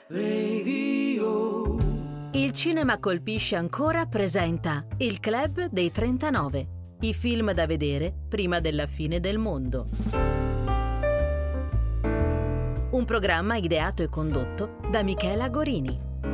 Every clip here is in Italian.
Radio. Il cinema colpisce ancora presenta Il Club dei 39, i film da vedere prima della fine del mondo. Un programma ideato e condotto da Michela Gorini.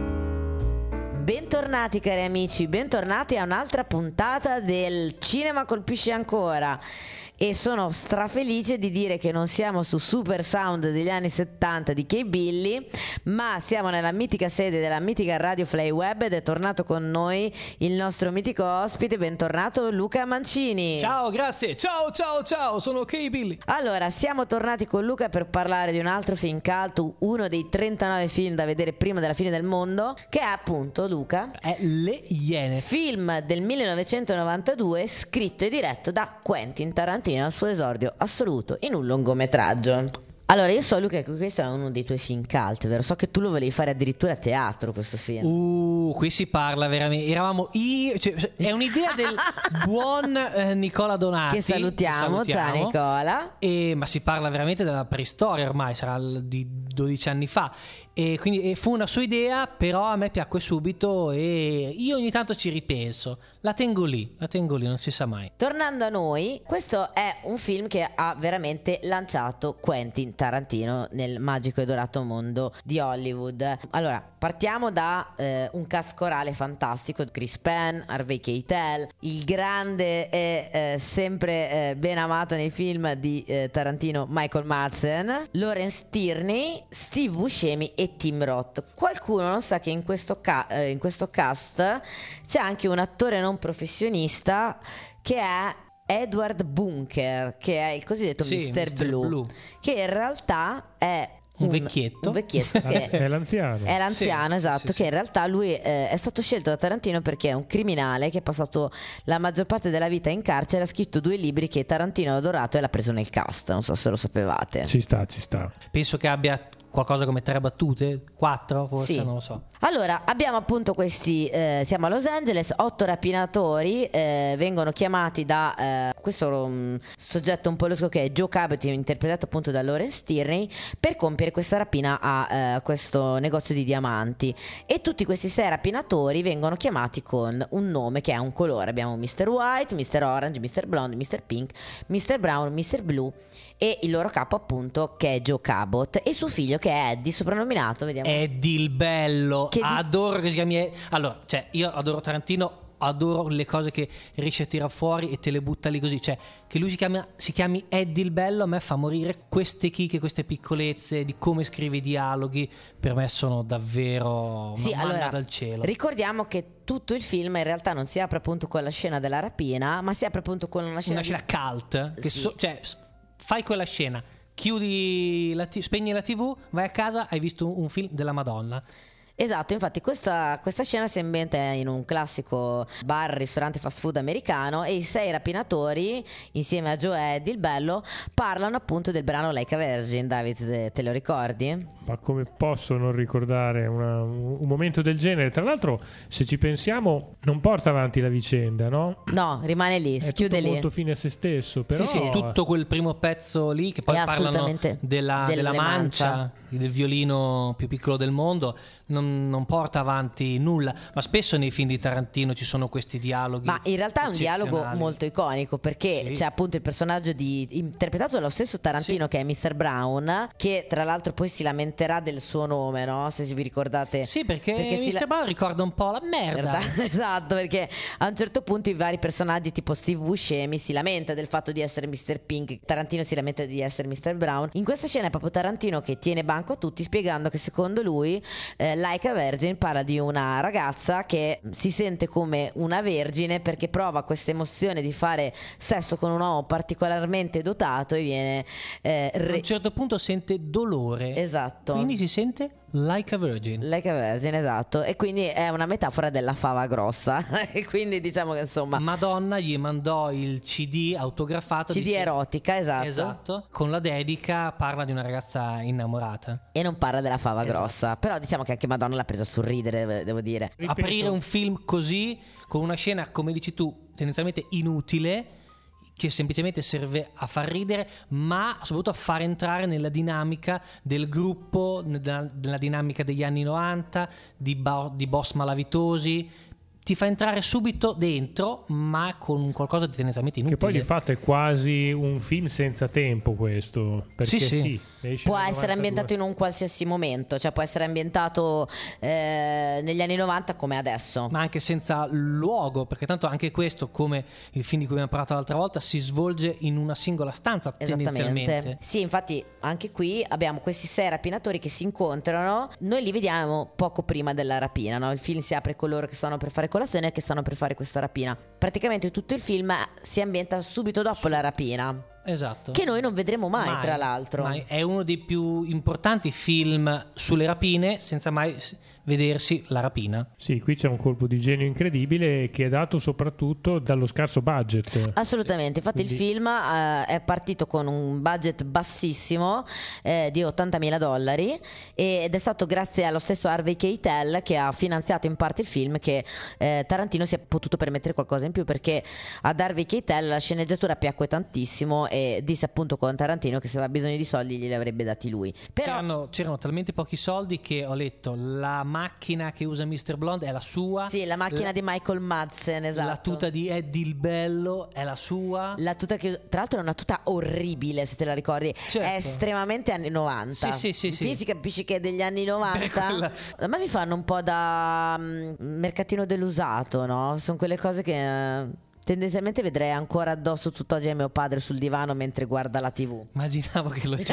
Bentornati cari amici, bentornati a un'altra puntata del Cinema colpisce ancora. E sono strafelice di dire che non siamo su Super Sound degli anni 70 di Kay Billy, ma siamo nella mitica sede della mitica Radio Fly Web ed è tornato con noi il nostro mitico ospite. Bentornato Luca Mancini. Ciao, grazie. Ciao, sono Kay Billy. Allora, siamo tornati con Luca per parlare di un altro film cult, uno dei 39 film da vedere prima della fine del mondo, che è appunto, Luca, è Le Iene. Film del 1992 scritto e diretto da Quentin Tarantino al suo esordio assoluto in un lungometraggio. Allora, io so, Luca, che questo è uno dei tuoi film cult, vero? So che tu lo volevi fare addirittura a teatro, questo film. Qui si parla veramente. Eravamo è un'idea del buon Nicola Donati, che salutiamo. Ciao Nicola. Ma si parla veramente della preistoria, ormai sarà di 12 anni fa. E quindi fu una sua idea, però a me piacque subito e io ogni tanto ci ripenso. La tengo lì, non si sa mai. Tornando a noi, questo è un film che ha veramente lanciato Quentin Tarantino nel magico e dorato mondo di Hollywood. Allora, partiamo da un cast corale fantastico: Chris Penn, Harvey Keitel, il grande e sempre ben amato nei film di Tarantino Michael Madsen, Lawrence Tierney, Steve Buscemi e Tim Roth. Qualcuno non sa che in questo cast c'è anche un attore non professionista che è Edward Bunker, che è il cosiddetto Mr. Blue, che in realtà è un vecchietto che è l'anziano. È l'anziano, sì, esatto, che in realtà lui è stato scelto da Tarantino perché è un criminale che ha passato la maggior parte della vita in carcere, ha scritto 2 libri che Tarantino ha adorato e l'ha preso nel cast. Non so se lo sapevate. Ci sta. Penso che abbia qualcosa come 3 battute, 4 forse, sì. Non lo so. Allora, abbiamo appunto questi, siamo a Los Angeles, 8 rapinatori vengono chiamati da questo soggetto un po' losco che è Joe Cabot, interpretato appunto da Lawrence Tierney, per compiere questa rapina a questo negozio di diamanti. E tutti questi 6 rapinatori vengono chiamati con un nome che ha un colore. Abbiamo Mr. White, Mr. Orange, Mr. Blonde, Mr. Pink, Mr. Brown, Mr. Blue e il loro capo appunto che è Joe Cabot e suo figlio che è Eddie, soprannominato, vediamo, Eddie il bello. Adoro che si chiami. Allora, io adoro Tarantino, adoro le cose che riesce a tirare fuori e te le butta lì così. Che lui si chiami Eddie il bello, a me fa morire. Queste chicche, queste piccolezze di come scrive i dialoghi, per me sono davvero manna dal cielo. Ricordiamo che tutto il film in realtà non si apre appunto con la scena della rapina, ma si apre appunto con una scena cult che sì. Fai quella scena, chiudi spegni la TV, vai a casa, hai visto un film della Madonna. Esatto, infatti questa scena si ambienta in un classico bar, ristorante fast food americano e i 6 rapinatori insieme a Joe e Eddie il bello parlano appunto del brano Like a Virgin. David, te lo ricordi? Ma come posso non ricordare un momento del genere? Tra l'altro, se ci pensiamo, non porta avanti la vicenda, no? No, rimane lì, si chiude lì. È molto fine a se stesso, però... Sì, tutto quel primo pezzo lì che poi parlano della mancia, del violino più piccolo del mondo, non porta avanti nulla, ma spesso nei film di Tarantino ci sono questi dialoghi. Ma in realtà è un dialogo molto iconico perché c'è appunto il personaggio interpretato dallo stesso Tarantino, che è Mr. Brown, che tra l'altro poi si lamenterà del suo nome, no? Se vi ricordate. Sì, perché Mr. Brown ricorda un po' la merda. Esatto, perché a un certo punto i vari personaggi tipo Steve Buscemi si lamenta del fatto di essere Mr. Pink, Tarantino si lamenta di essere Mr. Brown. In questa scena è proprio Tarantino che tiene banco a tutti, spiegando che secondo lui Like a Virgin parla di una ragazza che si sente come una vergine perché prova questa emozione di fare sesso con un uomo particolarmente dotato e viene a un certo punto sente dolore. Esatto. Quindi si sente Like a Virgin. Like a Virgin, esatto. E quindi è una metafora della fava grossa. E quindi diciamo che insomma Madonna gli mandò il CD autografato, CD erotica, esatto, con la dedica, parla di una ragazza innamorata e non parla della fava grossa. Però diciamo che anche Madonna l'ha presa sul ridere, devo dire. Aprire un film così con una scena, come dici tu, tendenzialmente inutile, che semplicemente serve a far ridere, ma soprattutto a far entrare nella dinamica del gruppo, nella dinamica degli anni 90, di boss malavitosi. Ti fa entrare subito dentro, ma con qualcosa di tendenzialmente inutile. Che poi di fatto è quasi un film senza tempo questo. Perché sì, può essere ambientato in un qualsiasi momento, cioè può essere ambientato negli anni 90 come adesso. Ma anche senza luogo, perché tanto anche questo, come il film di cui abbiamo parlato l'altra volta, si svolge in una singola stanza tendenzialmente. Sì, infatti anche qui abbiamo questi 6 rapinatori che si incontrano. Noi li vediamo poco prima della rapina, no? Il film si apre con loro che stanno per fare colazione e che stanno per fare questa rapina. Praticamente tutto il film si ambienta subito dopo la rapina. Esatto. Che noi non vedremo mai tra l'altro. È uno dei più importanti film sulle rapine senza mai vedersi la rapina. Sì, qui c'è un colpo di genio incredibile che è dato soprattutto dallo scarso budget. Assolutamente, infatti il film è partito con un budget bassissimo di $80.000 ed è stato grazie allo stesso Harvey Keitel che ha finanziato in parte il film che Tarantino si è potuto permettere qualcosa in più, perché ad Harvey Keitel la sceneggiatura piacque tantissimo e disse appunto con Tarantino che se aveva bisogno di soldi glieli avrebbe dati lui. Però c'erano talmente pochi soldi che ho letto la macchina che usa Mr. Blonde è la sua. Sì, la macchina di Michael Madsen, esatto. La tuta di Eddie il Bello è la sua. La tuta che tra l'altro è una tuta orribile, se te la ricordi. Certo. È estremamente anni 90. Sì. Si capisce che è degli anni 90. A me mi fanno un po' da mercatino dell'usato, no? Sono quelle cose che tendenzialmente vedrei ancora addosso tutt'oggi a mio padre sul divano mentre guarda la TV. Immaginavo che lo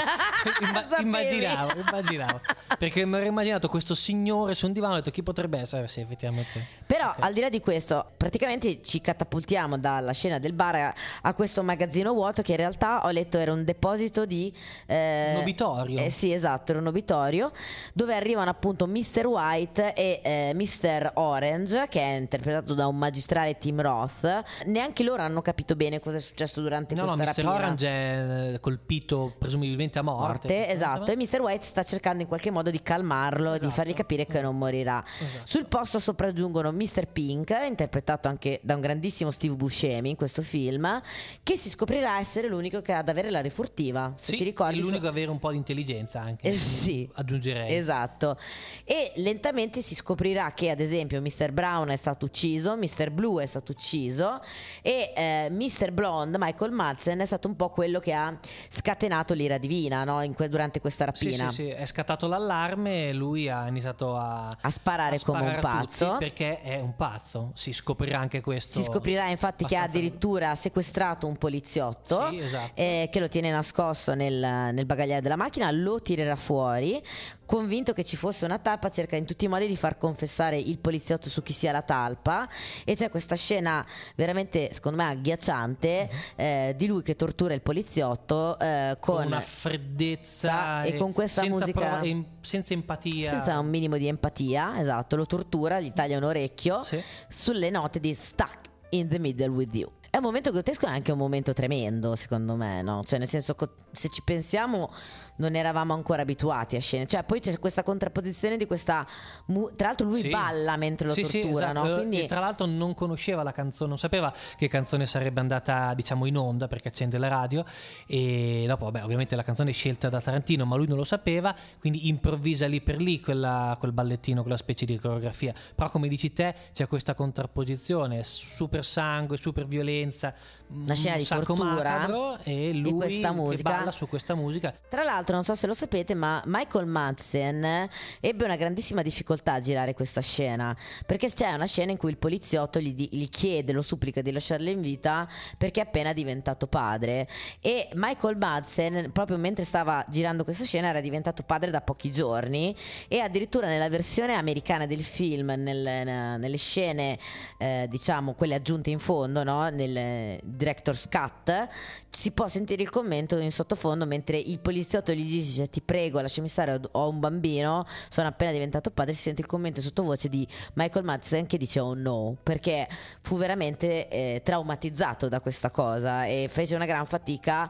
immaginavo perché mi ero immaginato questo signore su un divano e ho detto chi potrebbe essere. Sì, effettivamente. Però al di là di questo, praticamente ci catapultiamo dalla scena del bar a questo magazzino vuoto che in realtà ho letto era un deposito di un obitorio. Sì, esatto, era un obitorio dove arrivano appunto Mr. White e Mr. Orange, che è interpretato da un magistrale Tim Roth. Neanche loro hanno capito bene cosa è successo durante questa rapina. Mr. Orange è colpito presumibilmente a morte. Esatto, e Mr. White sta cercando in qualche modo di calmarlo, esatto, di fargli capire che non morirà. Esatto. Sul posto sopraggiungono Mr. Pink, interpretato anche da un grandissimo Steve Buscemi in questo film, che si scoprirà essere l'unico che ha ad avere la refurtiva. Se ti ricordi, è l'unico ad avere un po' di intelligenza anche. Sì, aggiungerei. Esatto. E lentamente si scoprirà che ad esempio Mr. Brown è stato ucciso, Mr. Blue è stato ucciso e Mr. Blonde, Michael Madsen, è stato un po' quello che ha scatenato l'ira divina, no? Durante questa rapina. Sì, è scattato l'allarme e lui ha iniziato a sparare come un pazzo, perché è un pazzo. Si scoprirà anche questo. Si scoprirà infatti che ha addirittura sequestrato un poliziotto, sì, esatto, che lo tiene nascosto nel bagagliaio della macchina, lo tirerà fuori, convinto che ci fosse una talpa, cerca in tutti i modi di far confessare il poliziotto su chi sia la talpa, e c'è questa scena veramente secondo me agghiacciante di lui che tortura il poliziotto con una freddezza e con questa senza musica senza empatia, senza un minimo di empatia, esatto, lo tortura, gli taglia un orecchio sulle note di Stuck in the Middle with You. È un momento grottesco e anche un momento tremendo, secondo me, no? Cioè, nel senso, se ci pensiamo, non eravamo ancora abituati a scene. Cioè, poi c'è questa contrapposizione di questa. Tra l'altro, lui balla mentre lo tortura, esatto. no? Quindi. E tra l'altro, non conosceva la canzone, non sapeva che canzone sarebbe andata, diciamo, in onda perché accende la radio. E dopo, vabbè, ovviamente la canzone è scelta da Tarantino, ma lui non lo sapeva. Quindi improvvisa lì per lì quel ballettino, quella specie di coreografia. Però, come dici te, c'è questa contrapposizione: super sangue, super violenza. Una scena di tortura macabro, e lui questa musica. Che balla su questa musica. Tra l'altro, non so se lo sapete, ma Michael Madsen ebbe una grandissima difficoltà a girare questa scena, perché c'è una scena in cui il poliziotto gli chiede, lo supplica di lasciarlo in vita perché è appena diventato padre, e Michael Madsen proprio mentre stava girando questa scena era diventato padre da pochi giorni, e addirittura nella versione americana del film, nelle scene diciamo quelle aggiunte in fondo, no? Nel director's cut si può sentire il commento in sottofondo mentre il poliziotto gli dice ti prego lasciami stare, ho un bambino, sono appena diventato padre, si sente il commento in sottovoce di Michael Madsen che dice oh no, perché fu veramente traumatizzato da questa cosa e fece una gran fatica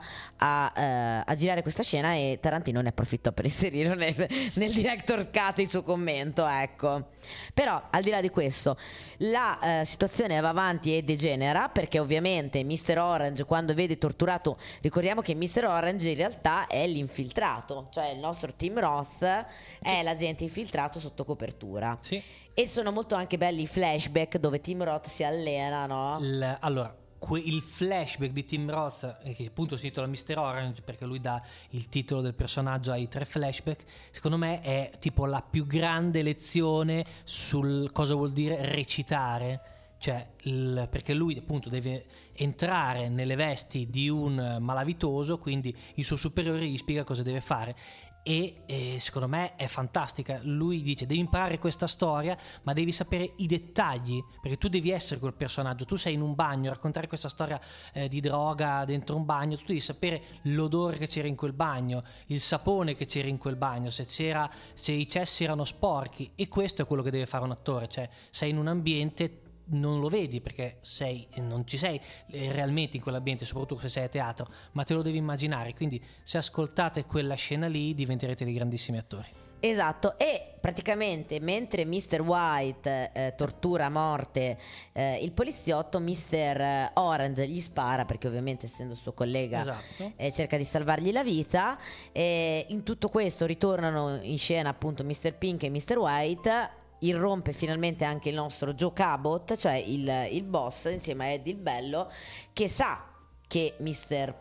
a girare questa scena, e Tarantino ne approfittò per inserire nel director's cut il suo commento, ecco. Però al di là di questo la situazione va avanti e degenera, perché ovviamente Mr. Mr. Orange quando vede torturato, ricordiamo che Mr. Orange in realtà è l'infiltrato, cioè il nostro Tim Roth è l'agente infiltrato sotto copertura. Sì. E sono molto anche belli i flashback dove Tim Roth si allena, no? Allora, il flashback di Tim Roth, che appunto si intitola Mr. Orange perché lui dà il titolo del personaggio ai 3 flashback, secondo me è tipo la più grande lezione sul cosa vuol dire recitare, cioè perché lui appunto deve entrare nelle vesti di un malavitoso, quindi il suo superiore gli spiega cosa deve fare. E secondo me è fantastica. Lui dice: devi imparare questa storia, ma devi sapere i dettagli, perché tu devi essere quel personaggio. Tu sei in un bagno, raccontare questa storia di droga dentro un bagno, tu devi sapere l'odore che c'era in quel bagno, il sapone che c'era in quel bagno, se i cessi erano sporchi. E questo è quello che deve fare un attore, cioè sei in un ambiente, non lo vedi perché non ci sei realmente in quell'ambiente, soprattutto se sei a teatro, ma te lo devi immaginare. Quindi se ascoltate quella scena lì diventerete dei grandissimi attori. Esatto, e praticamente mentre Mr. White tortura a morte il poliziotto, Mr. Orange gli spara perché ovviamente essendo suo collega, esatto, cerca di salvargli la vita. In tutto questo ritornano in scena appunto Mr. Pink e Mr. White. Irrompe finalmente anche il nostro Joe Cabot, cioè il boss, insieme a Eddie il Bello, che sa che Mr.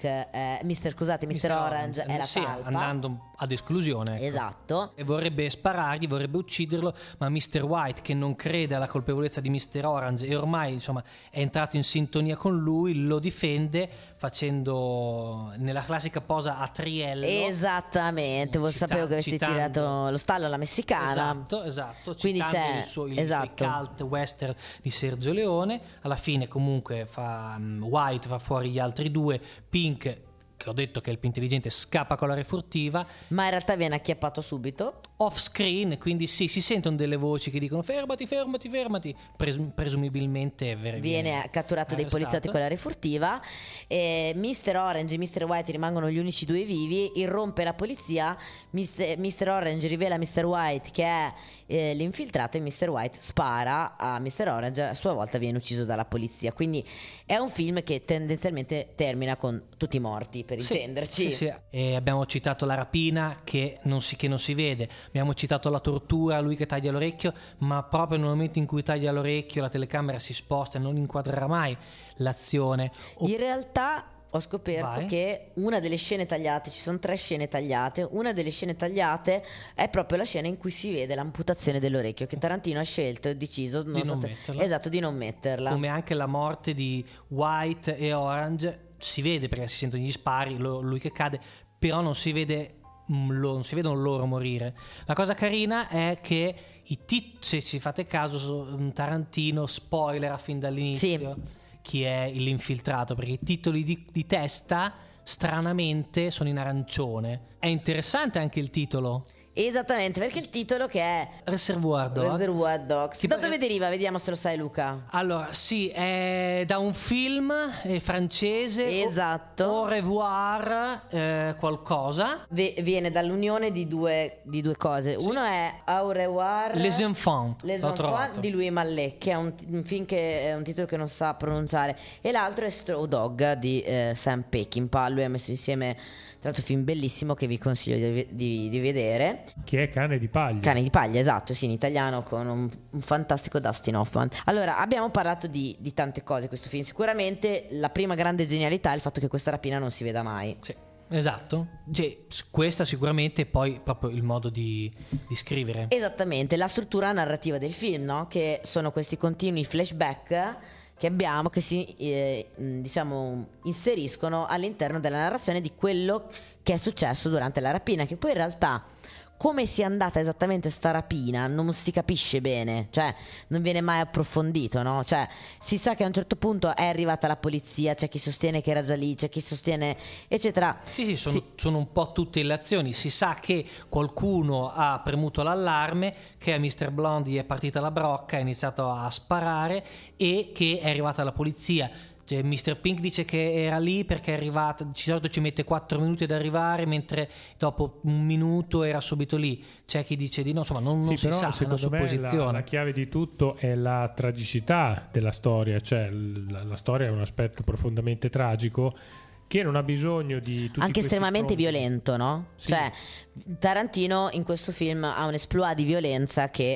Orange è la talpa, andando ad esclusione, ecco. Esatto. E vorrebbe sparargli, vorrebbe ucciderlo, ma Mr. White, che non crede alla colpevolezza di Mr. Orange e ormai insomma è entrato in sintonia con lui, lo difende facendo nella classica posa a triello. Esattamente, sapevo che avessi tirato lo stallo alla messicana. Esatto, quindi citando c'è il suo cult western di Sergio Leone. Alla fine comunque White fa fuori gli altri 2, Pink, che ho detto che è il più intelligente, scappa con la refurtiva, ma in realtà viene acchiappato subito off screen, quindi sì, si sentono delle voci che dicono fermati, presumibilmente viene catturato dai poliziotti con la refurtiva. Mr. Orange e Mr. White rimangono gli unici 2 vivi. Irrompe la polizia, Mr. Orange rivela a Mr. White che è l'infiltrato e Mr. White spara a Mr. Orange, a sua volta viene ucciso dalla polizia. Quindi è un film che tendenzialmente termina con tutti morti, per intenderci. Sì. E abbiamo citato la rapina che non si vede, abbiamo citato la tortura, lui che taglia l'orecchio, ma proprio nel momento in cui taglia l'orecchio la telecamera si sposta e non inquadrerà mai l'azione. In realtà ho scoperto che una delle scene tagliate, ci sono 3 scene tagliate, una delle scene tagliate è proprio la scena in cui si vede l'amputazione dell'orecchio, che Tarantino ha scelto e deciso di non metterla. Come anche la morte di White e Orange si vede perché si sentono gli spari, lui che cade, però non si vedono loro morire. La cosa carina è che se ci fate caso, Tarantino spoilera fin dall'inizio chi è l'infiltrato, perché i titoli di testa stranamente sono in arancione. È interessante anche il titolo. Esattamente, perché il titolo che è Reservoir Dogs. Da dove deriva? Vediamo se lo sai, Luca. Allora, sì, è da un film francese. Esatto. Au revoir qualcosa. Viene dall'unione di due cose. Sì. Uno è Au revoir Les Enfants di Louis Malle, che è un film che è un titolo che non sa pronunciare, e l'altro è Straw Dog di Sam Peckinpah. Lui ha messo insieme, tra l'altro, film bellissimo che vi consiglio di vedere, che è Cane di Paglia. Cane di Paglia, esatto, sì, in italiano, con un fantastico Dustin Hoffman. Allora, abbiamo parlato di tante cose in questo film. Sicuramente la prima grande genialità è il fatto che questa rapina non si veda mai. Sì, esatto. Questa sicuramente, poi proprio il modo di scrivere. Esattamente, la struttura narrativa del film, no? Che sono questi continui flashback che abbiamo, che si inseriscono all'interno della narrazione di quello che è successo durante la rapina, che poi in realtà come sia andata esattamente sta rapina non si capisce bene, cioè non viene mai approfondito, no? Cioè si sa che a un certo punto è arrivata la polizia, c'è chi sostiene che era già lì, c'è chi sostiene eccetera. Sì, sono un po' tutte le azioni. Si sa che qualcuno ha premuto l'allarme, che a Mr. Blonde gli è partita la brocca, ha iniziato a sparare e che è arrivata la polizia. Cioè, Mr. Pink dice che era lì perché è arrivata, di solito ci mette 4 minuti ad arrivare, mentre dopo un minuto era subito lì. C'è chi dice di no, insomma non si sa, è una supposizione. La chiave di tutto è la tragicità della storia, cioè la storia è un aspetto profondamente tragico che non ha bisogno di tutti anche estremamente fronti. violento, no? Sì. Cioè Tarantino in questo film ha un exploit di violenza che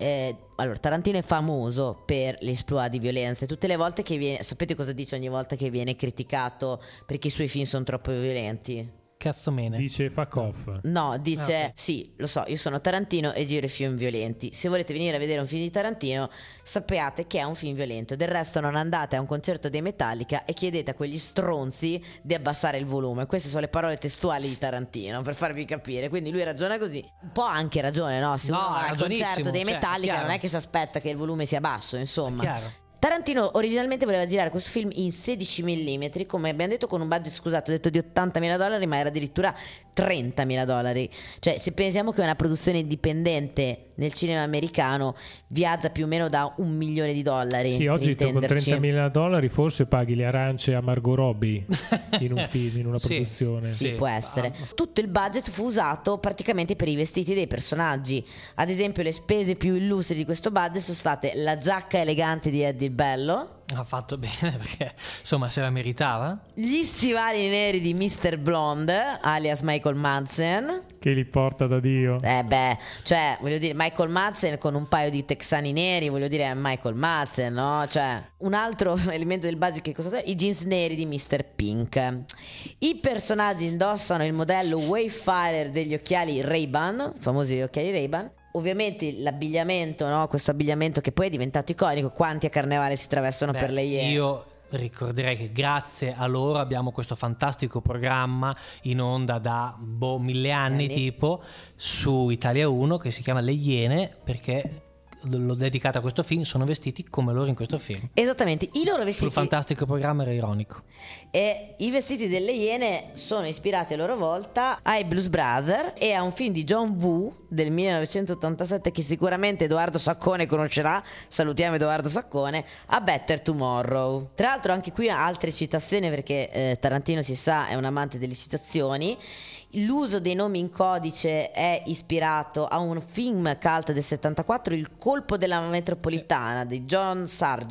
allora Tarantino è famoso per l'esploit di violenza e tutte le volte che viene, sapete cosa dice ogni volta che viene criticato perché i suoi film sono troppo violenti? Cazzomene. Dice fuck off. No, dice Okay. sì, lo so, io sono Tarantino e giro i film violenti. Se volete venire a vedere un film di Tarantino, sappiate che è un film violento. Del resto non andate a un concerto dei Metallica e chiedete a quegli stronzi di abbassare il volume. Queste sono le parole testuali di Tarantino, per farvi capire. Quindi lui ragiona così. Un po' ha anche ragione, no? Se No, uno va ha al ragionissimo, concerto dei cioè, Metallica chiaro. non è che si aspetta che il volume sia basso, È insomma. chiaro. Tarantino originalmente voleva girare questo film in 16 mm, come abbiamo detto, con un budget, scusate, ho detto di $80.000, ma era addirittura $30.000. Cioè, se pensiamo che una produzione indipendente nel cinema americano viaggia più o meno da $1 milione. Sì, per oggi con intenderci. $30.000 forse paghi le arance a Margot Robbie in un film, in una Sì. produzione. Sì, Sì. può essere. Tutto il budget fu usato praticamente per i vestiti dei personaggi. Ad esempio, le spese più illustri di questo budget sono state la giacca elegante di Eddie Bello, Ha fatto bene perché insomma se la meritava. gli stivali neri di Mr. Blonde, alias Michael Madsen. Che li porta da Dio. Cioè, voglio dire, Michael Madsen con un paio di texani neri, voglio dire, è Michael Madsen, no? Cioè, un altro elemento del budget che costa, i jeans neri di Mr. Pink. I personaggi indossano il modello Wayfarer degli occhiali Ray-Ban, famosi occhiali Ray-Ban. Ovviamente l'abbigliamento, no? Questo abbigliamento che poi è diventato iconico. Quanti a Carnevale si travestono Beh, per le Iene? io ricorderei che grazie a loro abbiamo questo fantastico programma in onda da 1000 anni tipo su Italia 1 che si chiama Le Iene, perché l'ho dedicato a questo film, sono vestiti come loro in questo film. Esattamente, i loro Sul vestiti fantastico programma era ironico. e i vestiti delle Iene sono ispirati a loro volta ai Blues Brothers e a un film di John Woo del 1987 che sicuramente Edoardo Saccone conoscerà. Salutiamo Edoardo Saccone. A Better Tomorrow. Tra l'altro anche qui altre citazioni, perché Tarantino, si sa, è un amante delle citazioni. L'uso dei nomi in codice è ispirato a un film cult del 74, Il colpo della metropolitana di Joseph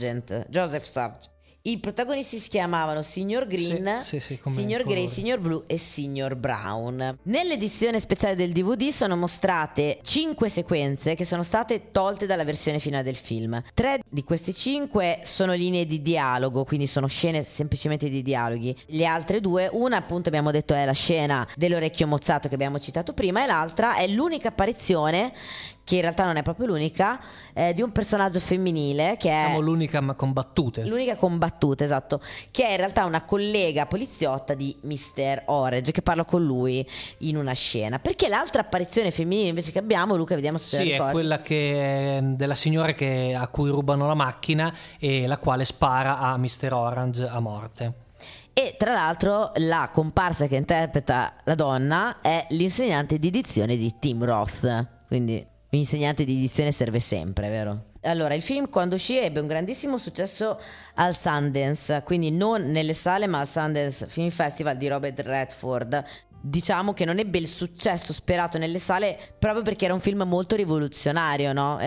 Sargent. I protagonisti si chiamavano Signor Green, Sì, come Signor Grey, colori. Signor Blue e Signor Brown. Nell'edizione speciale del DVD sono mostrate 5 sequenze che sono state tolte dalla versione finale del film. 3 di queste 5 sono linee di dialogo, quindi sono scene semplicemente di dialoghi. Le altre 2, una appunto abbiamo detto è la scena dell'orecchio mozzato che abbiamo citato prima, e l'altra è l'unica apparizione, che in realtà non è proprio l'unica, di un personaggio femminile che è Siamo l'unica ma con battute. l'unica combattuta, esatto, che è in realtà una collega poliziotta di Mr. Orange, che parla con lui in una scena. Perché l'altra apparizione femminile invece che abbiamo, Luca, vediamo se te la Sì, è ricordi. quella della signora a cui rubano la macchina e la quale spara a Mr. Orange a morte. E tra l'altro la comparsa che interpreta la donna è l'insegnante di dizione di Tim Roth, quindi l'insegnante di dizione serve sempre, vero? Allora, il film quando uscì ebbe un grandissimo successo al Sundance, quindi non nelle sale ma al Sundance Film Festival di Robert Redford. Diciamo che non ebbe il successo sperato nelle sale proprio perché era un film molto rivoluzionario, no?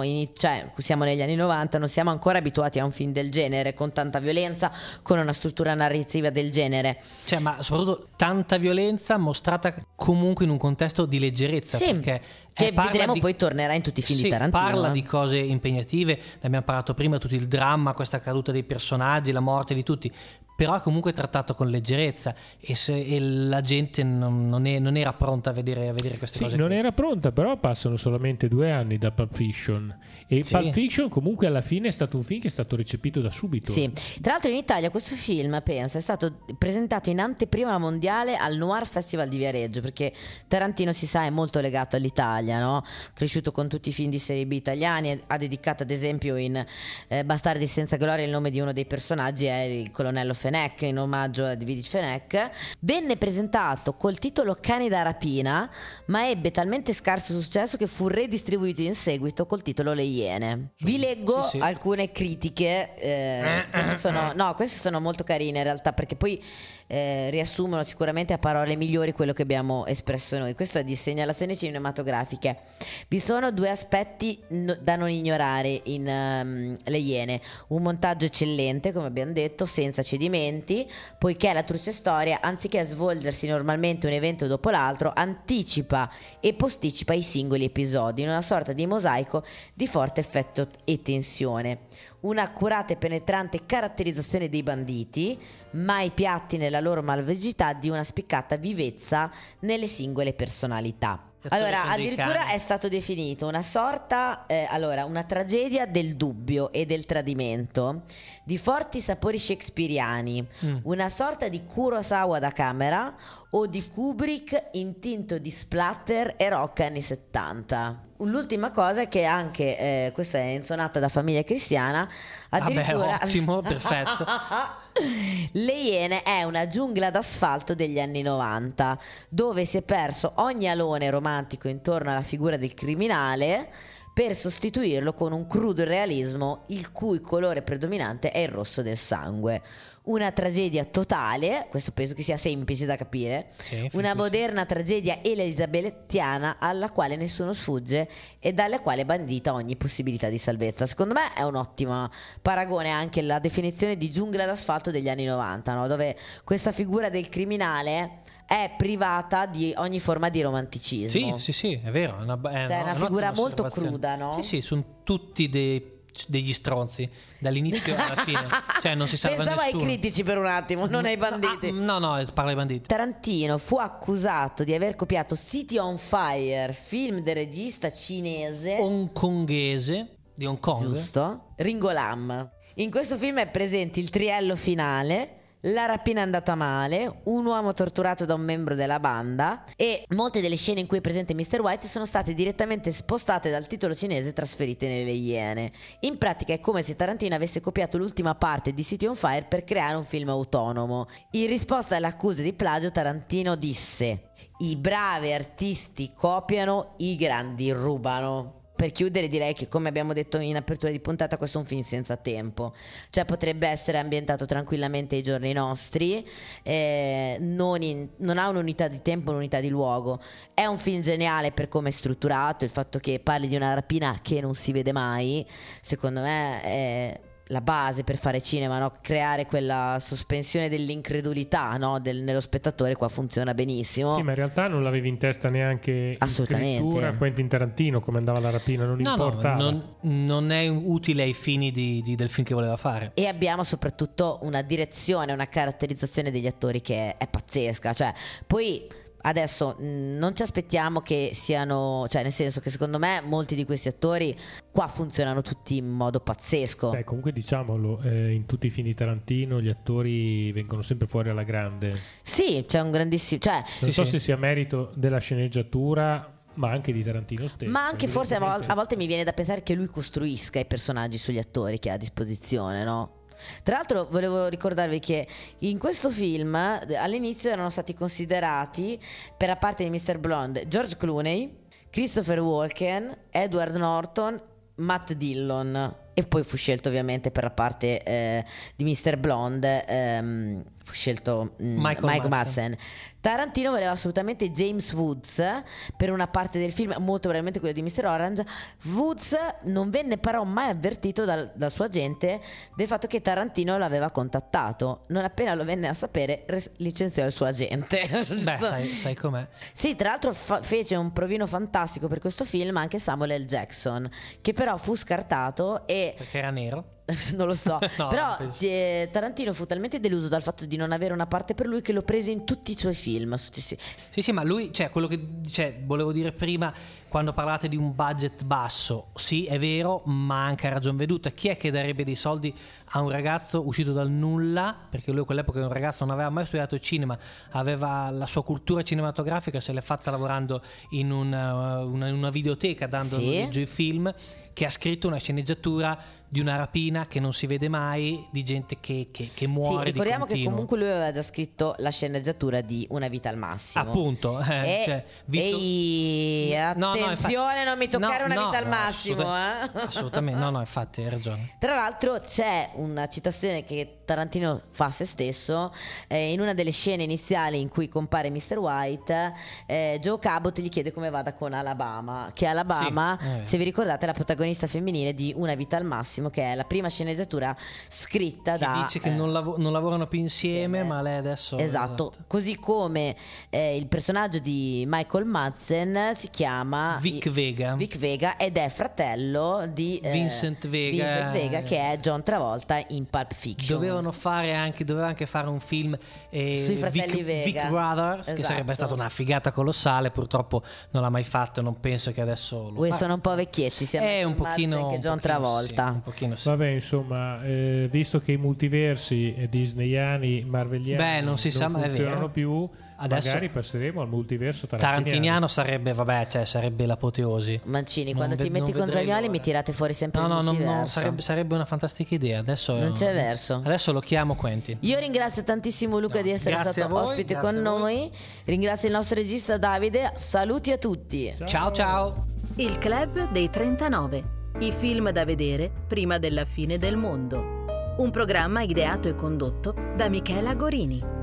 Siamo negli anni 90, non siamo ancora abituati a un film del genere, con tanta violenza, con una struttura narrativa del genere. Cioè, ma soprattutto tanta violenza mostrata comunque in un contesto di leggerezza. Sì, perché che parla vedremo di- poi tornerà in tutti i film sì, di Tarantino. parla eh. di cose impegnative, ne abbiamo parlato prima, tutto il dramma, questa caduta dei personaggi, la morte di tutti, però è comunque trattato con leggerezza e la gente non era pronta a vedere queste Sì, cose non qui. era pronta, però passano solamente 2 anni da Pulp Fiction. E Sì. Pulp Fiction comunque alla fine è stato un film che è stato recepito da subito. Sì, tra l'altro in Italia questo film, pensa, è stato presentato in anteprima mondiale al Noir Festival di Viareggio, perché Tarantino, si sa, è molto legato all'Italia, no? Cresciuto con tutti i film di serie B italiani, ha dedicato ad esempio in Bastardi senza gloria il nome di uno dei personaggi è il colonnello Ferrari, Fenech, in omaggio a David Fenech. Venne presentato col titolo Cani da rapina, ma ebbe talmente scarso successo che fu redistribuito in seguito col titolo Le Iene. Vi leggo alcune critiche, queste sono molto carine in realtà, perché poi riassumono sicuramente a parole migliori quello che abbiamo espresso noi. Questo è di Segnalazioni cinematografiche. Vi sono due aspetti da non ignorare in Le Iene: un montaggio eccellente, come abbiamo detto, senza cedimenti, poiché la truce storia, anziché svolgersi normalmente un evento dopo l'altro, anticipa e posticipa i singoli episodi in una sorta di mosaico di forte effetto e tensione. Un'accurata e penetrante caratterizzazione dei banditi, mai piatti nella loro malvagità, di una spiccata vivezza nelle singole personalità. Allora, addirittura è stato definito una sorta, una tragedia del dubbio e del tradimento, di forti sapori shakespeariani, una sorta di Kurosawa da camera o di Kubrick intinto di splatter e rock anni 70. L'ultima cosa è che anche questa è insonata da Famiglia Cristiana, addirittura ottimo, perfetto. Le Iene è una giungla d'asfalto degli anni 90, dove si è perso ogni alone romantico intorno alla figura del criminale per sostituirlo con un crudo realismo il cui colore predominante è il rosso del sangue. Una tragedia totale, questo penso che sia semplice da capire, una moderna tragedia elisabettiana alla quale nessuno sfugge e dalla quale è bandita ogni possibilità di salvezza. Secondo me è un ottimo paragone anche la definizione di giungla d'asfalto degli anni 90, no? Dove questa figura del criminale è privata di ogni forma di romanticismo. Sì, è vero, è una figura molto cruda, no? Sì, sono tutti degli stronzi dall'inizio alla fine, cioè non si salva nessuno. Pensavo ai critici per un attimo, non ai banditi. No, parla ai banditi. Tarantino fu accusato di aver copiato City on Fire, film del regista cinese hongkonghese di Hong Kong, giusto? Ringo Lam. In questo film è presente il triello finale, la rapina è andata male, un uomo torturato da un membro della banda, e molte delle scene in cui è presente Mr. White sono state direttamente spostate dal titolo cinese e trasferite nelle Iene. In pratica è come se Tarantino avesse copiato l'ultima parte di City on Fire per creare un film autonomo. In risposta alle accuse di plagio, Tarantino disse: "I bravi artisti copiano, i grandi rubano". Per chiudere direi che, come abbiamo detto in apertura di puntata, questo è un film senza tempo, cioè potrebbe essere ambientato tranquillamente ai giorni nostri, non ha un'unità di tempo, un'unità di luogo. È un film geniale per come è strutturato, il fatto che parli di una rapina che non si vede mai, secondo me è la base per fare cinema, no? Creare quella sospensione dell'incredulità, no? Nello spettatore. Qua funziona benissimo. Sì, ma in realtà non l'avevi in testa neanche in scrittura Quentin Tarantino come andava la rapina, non importava. Non è utile ai fini del film che voleva fare. E abbiamo soprattutto una direzione, una caratterizzazione degli attori che è pazzesca, cioè poi adesso non ci aspettiamo che siano, cioè nel senso che secondo me molti di questi attori qua funzionano tutti in modo pazzesco. Beh, comunque diciamolo, in tutti i film di Tarantino gli attori vengono sempre fuori alla grande. Sì, c'è un grandissimo, cioè non so se sia merito della sceneggiatura, ma anche di Tarantino stesso. Ma anche forse a volte mi viene da pensare che lui costruisca i personaggi sugli attori che ha a disposizione, no? Tra l'altro volevo ricordarvi che in questo film all'inizio erano stati considerati per la parte di Mr. Blonde George Clooney, Christopher Walken, Edward Norton, Matt Dillon, e poi fu scelto ovviamente per la parte di Mr. Blonde fu scelto Mike Madsen. Tarantino voleva assolutamente James Woods per una parte del film, molto probabilmente quella di Mr. Orange. Woods non venne però mai avvertito dal suo agente del fatto che Tarantino l'aveva contattato. Non appena lo venne a sapere, licenziò il suo agente. Beh, sai com'è. Sì, tra l'altro fece un provino fantastico per questo film anche Samuel L. Jackson, che però fu scartato perché era nero. Non lo so, no, però Tarantino fu talmente deluso dal fatto di non avere una parte per lui che lo prese in tutti i suoi film successivi. Sì, ma lui, cioè quello che volevo dire prima, quando parlate di un budget basso, sì, è vero, ma anche a ragion veduta. Chi è che darebbe dei soldi a un ragazzo uscito dal nulla? Perché lui a quell'epoca era un ragazzo, non aveva mai studiato cinema, aveva la sua cultura cinematografica, se l'è fatta lavorando in una videoteca, dando noleggio ai film, che ha scritto una sceneggiatura di una rapina che non si vede mai, di gente che muore. Sì, ricordiamo di che comunque lui aveva già scritto la sceneggiatura di Una vita al massimo. Appunto, attenzione, non mi toccare Una vita al massimo. Assolutamente, no, infatti hai ragione. Tra l'altro c'è una citazione che Tarantino fa a se stesso in una delle scene iniziali in cui compare Mr. White. Joe Cabot gli chiede come vada con Alabama, che Alabama, se vi ricordate, è la protagonista femminile di Una vita al massimo, che è la prima sceneggiatura scritta dice che non lavorano più insieme, ma lei adesso esatto. Così come il personaggio di Michael Madsen si chiama Vic Vega ed è fratello di Vincent Vega, che è John Travolta in Pulp Fiction. Doveva anche fare un film sui fratelli Vic Brothers, esatto, che sarebbe stata una figata colossale. Purtroppo non l'ha mai fatto, non penso che adesso lo sono un po' vecchietti, sia un pochino che John Travolta. Sì, un pochino sì. Vabbè, insomma, visto che i multiversi disneyani, marveliani non funzionano più, adesso magari passeremo al multiverso tarantiniano. Sarebbe l'apoteosi. Mancini, quando ti metti con Zagnoli mi tirate fuori sempre il multiverso. No, sarebbe una fantastica idea. Adesso non c'è verso. Adesso lo chiamo Quentin. Io ringrazio tantissimo Luca di essere stato ospite con noi. Ringrazio il nostro regista Davide. Saluti a tutti. Ciao. Il Club dei 39. I film da vedere prima della fine del mondo. Un programma ideato e condotto da Michela Gorini.